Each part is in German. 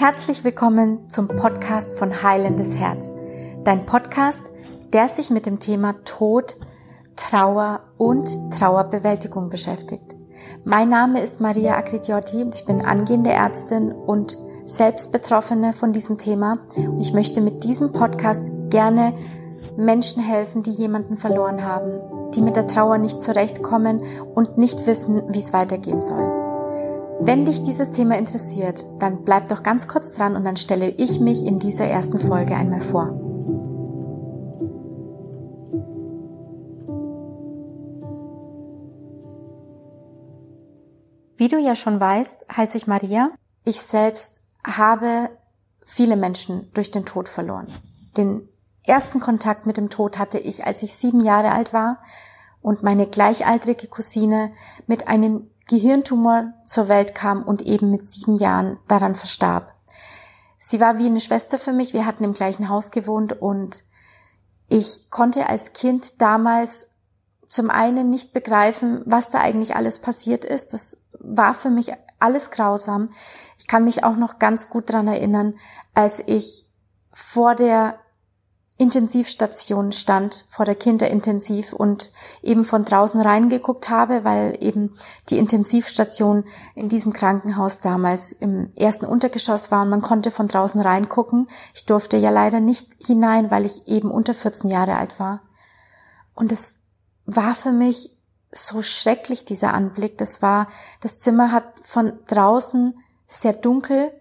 Herzlich willkommen zum Podcast von Heilendes Herz. Dein Podcast, der sich mit dem Thema Tod, Trauer und Trauerbewältigung beschäftigt. Mein Name ist Maria Agridiotti und ich bin angehende Ärztin und selbst Betroffene von diesem Thema. Und ich möchte mit diesem Podcast gerne Menschen helfen, die jemanden verloren haben, die mit der Trauer nicht zurechtkommen und nicht wissen, wie es weitergehen soll. Wenn dich dieses Thema interessiert, dann bleib doch ganz kurz dran und dann stelle ich mich in dieser ersten Folge einmal vor. Wie du ja schon weißt, heiße ich Maria. Ich selbst habe viele Menschen durch den Tod verloren. Den ersten Kontakt mit dem Tod hatte ich, als ich 7 Jahre alt war und meine gleichaltrige Cousine mit einem Gehirntumor zur Welt kam und eben mit 7 Jahren daran verstarb. Sie war wie eine Schwester für mich, wir hatten im gleichen Haus gewohnt und ich konnte als Kind damals zum einen nicht begreifen, was da eigentlich alles passiert ist. Das war für mich alles grausam. Ich kann mich auch noch ganz gut daran erinnern, als ich vor der Intensivstation stand, vor der Kinderintensiv und eben von draußen reingeguckt habe, weil eben die Intensivstation in diesem Krankenhaus damals im ersten Untergeschoss war und man konnte von draußen reingucken. Ich durfte ja leider nicht hinein, weil ich eben unter 14 Jahre alt war. Und es war für mich so schrecklich, dieser Anblick. Das Zimmer hat von draußen sehr dunkel,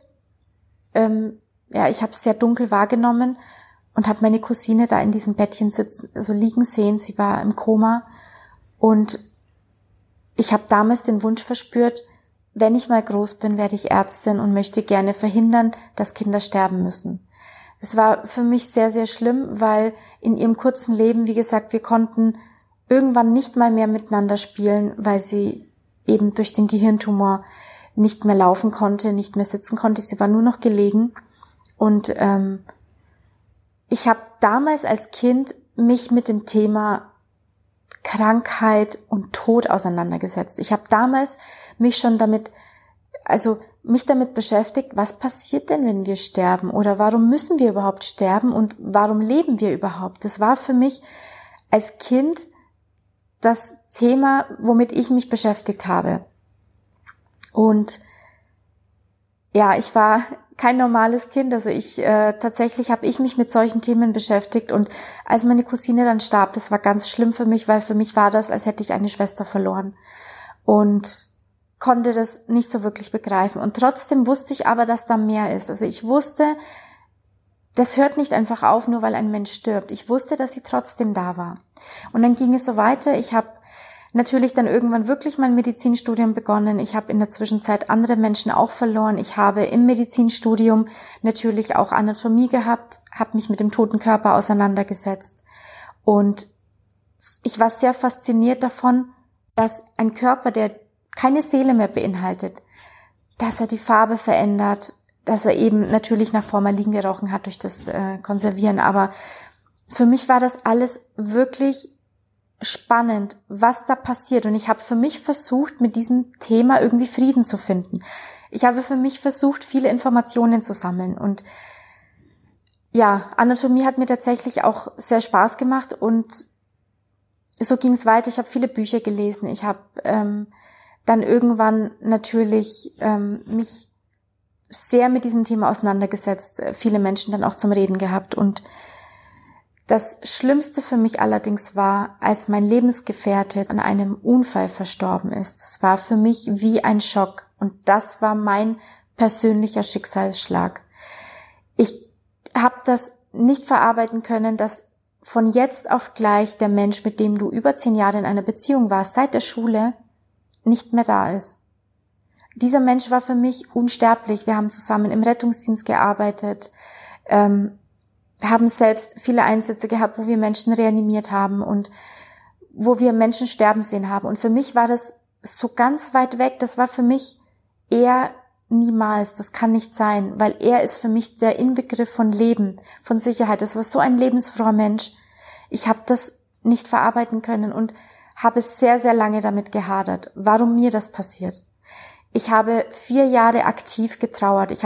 ich habe es sehr dunkel wahrgenommen und habe meine Cousine da in diesem Bettchen liegen sehen. Sie war im Koma und ich habe damals den Wunsch verspürt, wenn ich mal groß bin, werde ich Ärztin und möchte gerne verhindern, dass Kinder sterben müssen. Es war für mich sehr, sehr schlimm, weil in ihrem kurzen Leben, wie gesagt, wir konnten irgendwann nicht mal mehr miteinander spielen, weil sie eben durch den Gehirntumor nicht mehr laufen konnte, nicht mehr sitzen konnte. Sie war nur noch gelegen und ich habe damals als Kind mich mit dem Thema Krankheit und Tod auseinandergesetzt. Ich habe damals mich damit beschäftigt, was passiert denn, wenn wir sterben oder warum müssen wir überhaupt sterben und warum leben wir überhaupt? Das war für mich als Kind das Thema, womit ich mich beschäftigt habe. Und ja, ich war kein normales Kind, tatsächlich habe ich mich mit solchen Themen beschäftigt und als meine Cousine dann starb, das war ganz schlimm für mich, weil für mich war das, als hätte ich eine Schwester verloren und konnte das nicht so wirklich begreifen und trotzdem wusste ich aber, dass da mehr ist. Also ich wusste, das hört nicht einfach auf, nur weil ein Mensch stirbt. Ich wusste, dass sie trotzdem da war. Und dann ging es so weiter. Ich habe natürlich dann irgendwann wirklich mein Medizinstudium begonnen. Ich habe in der Zwischenzeit andere Menschen auch verloren. Ich habe im Medizinstudium natürlich auch Anatomie gehabt, habe mich mit dem toten Körper auseinandergesetzt. Und ich war sehr fasziniert davon, dass ein Körper, der keine Seele mehr beinhaltet, dass er die Farbe verändert, dass er eben natürlich nach Formalin gerochen hat durch das Konservieren. Aber für mich war das alles wirklich spannend, was da passiert. Und ich habe für mich versucht, mit diesem Thema irgendwie Frieden zu finden. Ich habe für mich versucht, viele Informationen zu sammeln. Und ja, Anatomie hat mir tatsächlich auch sehr Spaß gemacht. Und so ging es weiter. Ich habe viele Bücher gelesen. Ich habe dann irgendwann natürlich mich sehr mit diesem Thema auseinandergesetzt. Viele Menschen dann auch zum Reden gehabt. Und das Schlimmste für mich allerdings war, als mein Lebensgefährte an einem Unfall verstorben ist. Das war für mich wie ein Schock und das war mein persönlicher Schicksalsschlag. Ich habe das nicht verarbeiten können, dass von jetzt auf gleich der Mensch, mit dem du über 10 Jahre in einer Beziehung warst, seit der Schule, nicht mehr da ist. Dieser Mensch war für mich unsterblich. Wir haben zusammen im Rettungsdienst gearbeitet, haben selbst viele Einsätze gehabt, wo wir Menschen reanimiert haben und wo wir Menschen sterben sehen haben. Und für mich war das so ganz weit weg. Das war für mich eher niemals. Das kann nicht sein, weil er ist für mich der Inbegriff von Leben, von Sicherheit. Das war so ein lebensfroher Mensch. Ich habe das nicht verarbeiten können und habe sehr, sehr lange damit gehadert, warum mir das passiert. Ich habe 4 Jahre aktiv getrauert. Ich habe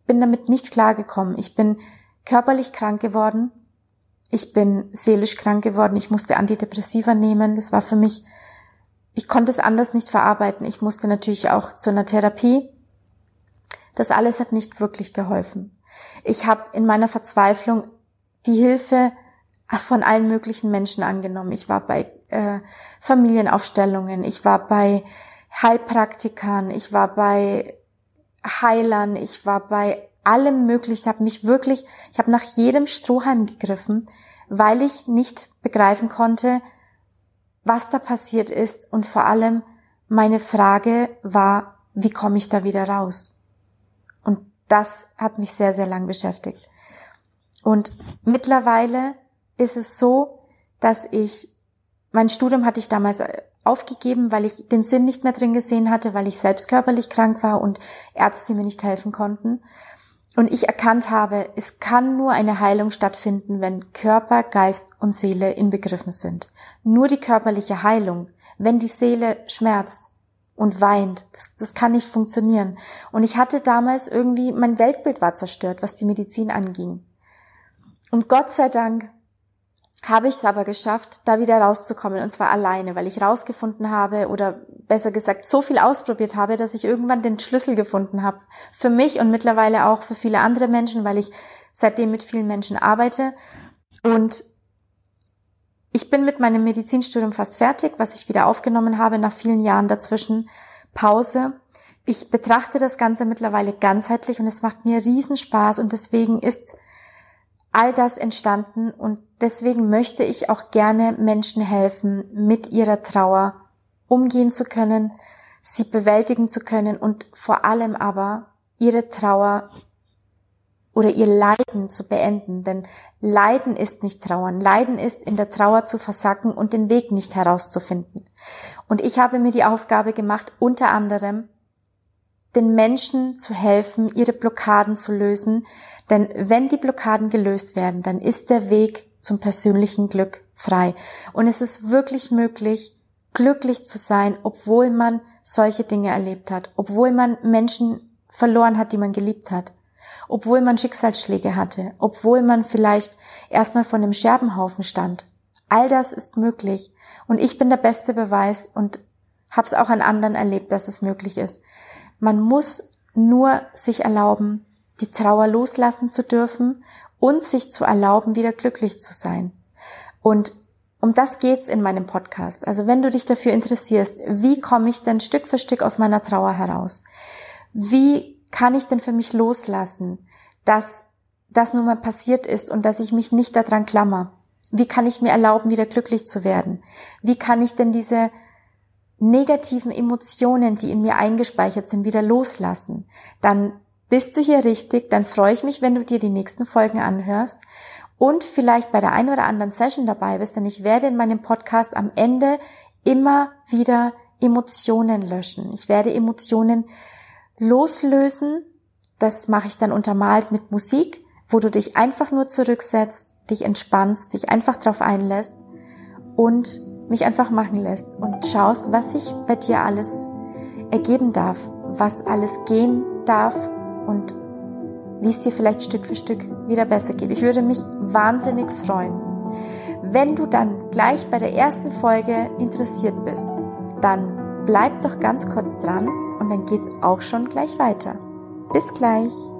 bin damit nicht klargekommen. Ich bin körperlich krank geworden. Ich bin seelisch krank geworden. Ich musste Antidepressiva nehmen. Das war für mich, ich konnte es anders nicht verarbeiten. Ich musste natürlich auch zu einer Therapie. Das alles hat nicht wirklich geholfen. Ich habe in meiner Verzweiflung die Hilfe von allen möglichen Menschen angenommen. Ich war bei Familienaufstellungen, ich war bei Heilpraktikern, ich war bei Heilern, ich war bei allem Möglichen. Ich habe nach jedem Strohhalm gegriffen, weil ich nicht begreifen konnte, was da passiert ist. Und vor allem meine Frage war, wie komme ich da wieder raus? Und das hat mich sehr, sehr lang beschäftigt. Und mittlerweile ist es so, dass mein Studium hatte ich damals aufgegeben, weil ich den Sinn nicht mehr drin gesehen hatte, weil ich selbst körperlich krank war und Ärzte mir nicht helfen konnten. Und ich erkannt habe, es kann nur eine Heilung stattfinden, wenn Körper, Geist und Seele inbegriffen sind. Nur die körperliche Heilung, wenn die Seele schmerzt und weint, das kann nicht funktionieren. Und ich hatte damals irgendwie, mein Weltbild war zerstört, was die Medizin anging. Und Gott sei Dank habe ich es aber geschafft, da wieder rauszukommen, und zwar alleine, weil ich rausgefunden habe, oder besser gesagt so viel ausprobiert habe, dass ich irgendwann den Schlüssel gefunden habe. Für mich und mittlerweile auch für viele andere Menschen, weil ich seitdem mit vielen Menschen arbeite. Und ich bin mit meinem Medizinstudium fast fertig, was ich wieder aufgenommen habe nach vielen Jahren dazwischen Pause. Ich betrachte das Ganze mittlerweile ganzheitlich und es macht mir riesen Spaß, und deswegen ist all das entstanden, und deswegen möchte ich auch gerne Menschen helfen, mit ihrer Trauer umgehen zu können, sie bewältigen zu können und vor allem aber ihre Trauer oder ihr Leiden zu beenden. Denn Leiden ist nicht Trauern. Leiden ist, in der Trauer zu versacken und den Weg nicht herauszufinden. Und ich habe mir die Aufgabe gemacht, unter anderem den Menschen zu helfen, ihre Blockaden zu lösen. Denn wenn die Blockaden gelöst werden, dann ist der Weg zum persönlichen Glück frei. Und es ist wirklich möglich, glücklich zu sein, obwohl man solche Dinge erlebt hat, obwohl man Menschen verloren hat, die man geliebt hat, obwohl man Schicksalsschläge hatte, obwohl man vielleicht erstmal vor einem Scherbenhaufen stand. All das ist möglich. Und ich bin der beste Beweis und habe es auch an anderen erlebt, dass es möglich ist. Man muss nur sich erlauben, die Trauer loslassen zu dürfen und sich zu erlauben, wieder glücklich zu sein. Und um das geht's in meinem Podcast. Also wenn du dich dafür interessierst, wie komme ich denn Stück für Stück aus meiner Trauer heraus? Wie kann ich denn für mich loslassen, dass das nun mal passiert ist und dass ich mich nicht daran klammer? Wie kann ich mir erlauben, wieder glücklich zu werden? Wie kann ich denn diese negativen Emotionen, die in mir eingespeichert sind, wieder loslassen? Dann bist du hier richtig, dann freue ich mich, wenn du dir die nächsten Folgen anhörst und vielleicht bei der einen oder anderen Session dabei bist, denn ich werde in meinem Podcast am Ende immer wieder Emotionen löschen. Ich werde Emotionen loslösen, das mache ich dann untermalt mit Musik, wo du dich einfach nur zurücksetzt, dich entspannst, dich einfach drauf einlässt und mich einfach machen lässt und schaust, was sich bei dir alles ergeben darf, was alles gehen darf und wie es dir vielleicht Stück für Stück wieder besser geht. Ich würde mich wahnsinnig freuen. Wenn du dann gleich bei der ersten Folge interessiert bist, dann bleib doch ganz kurz dran und dann geht's auch schon gleich weiter. Bis gleich!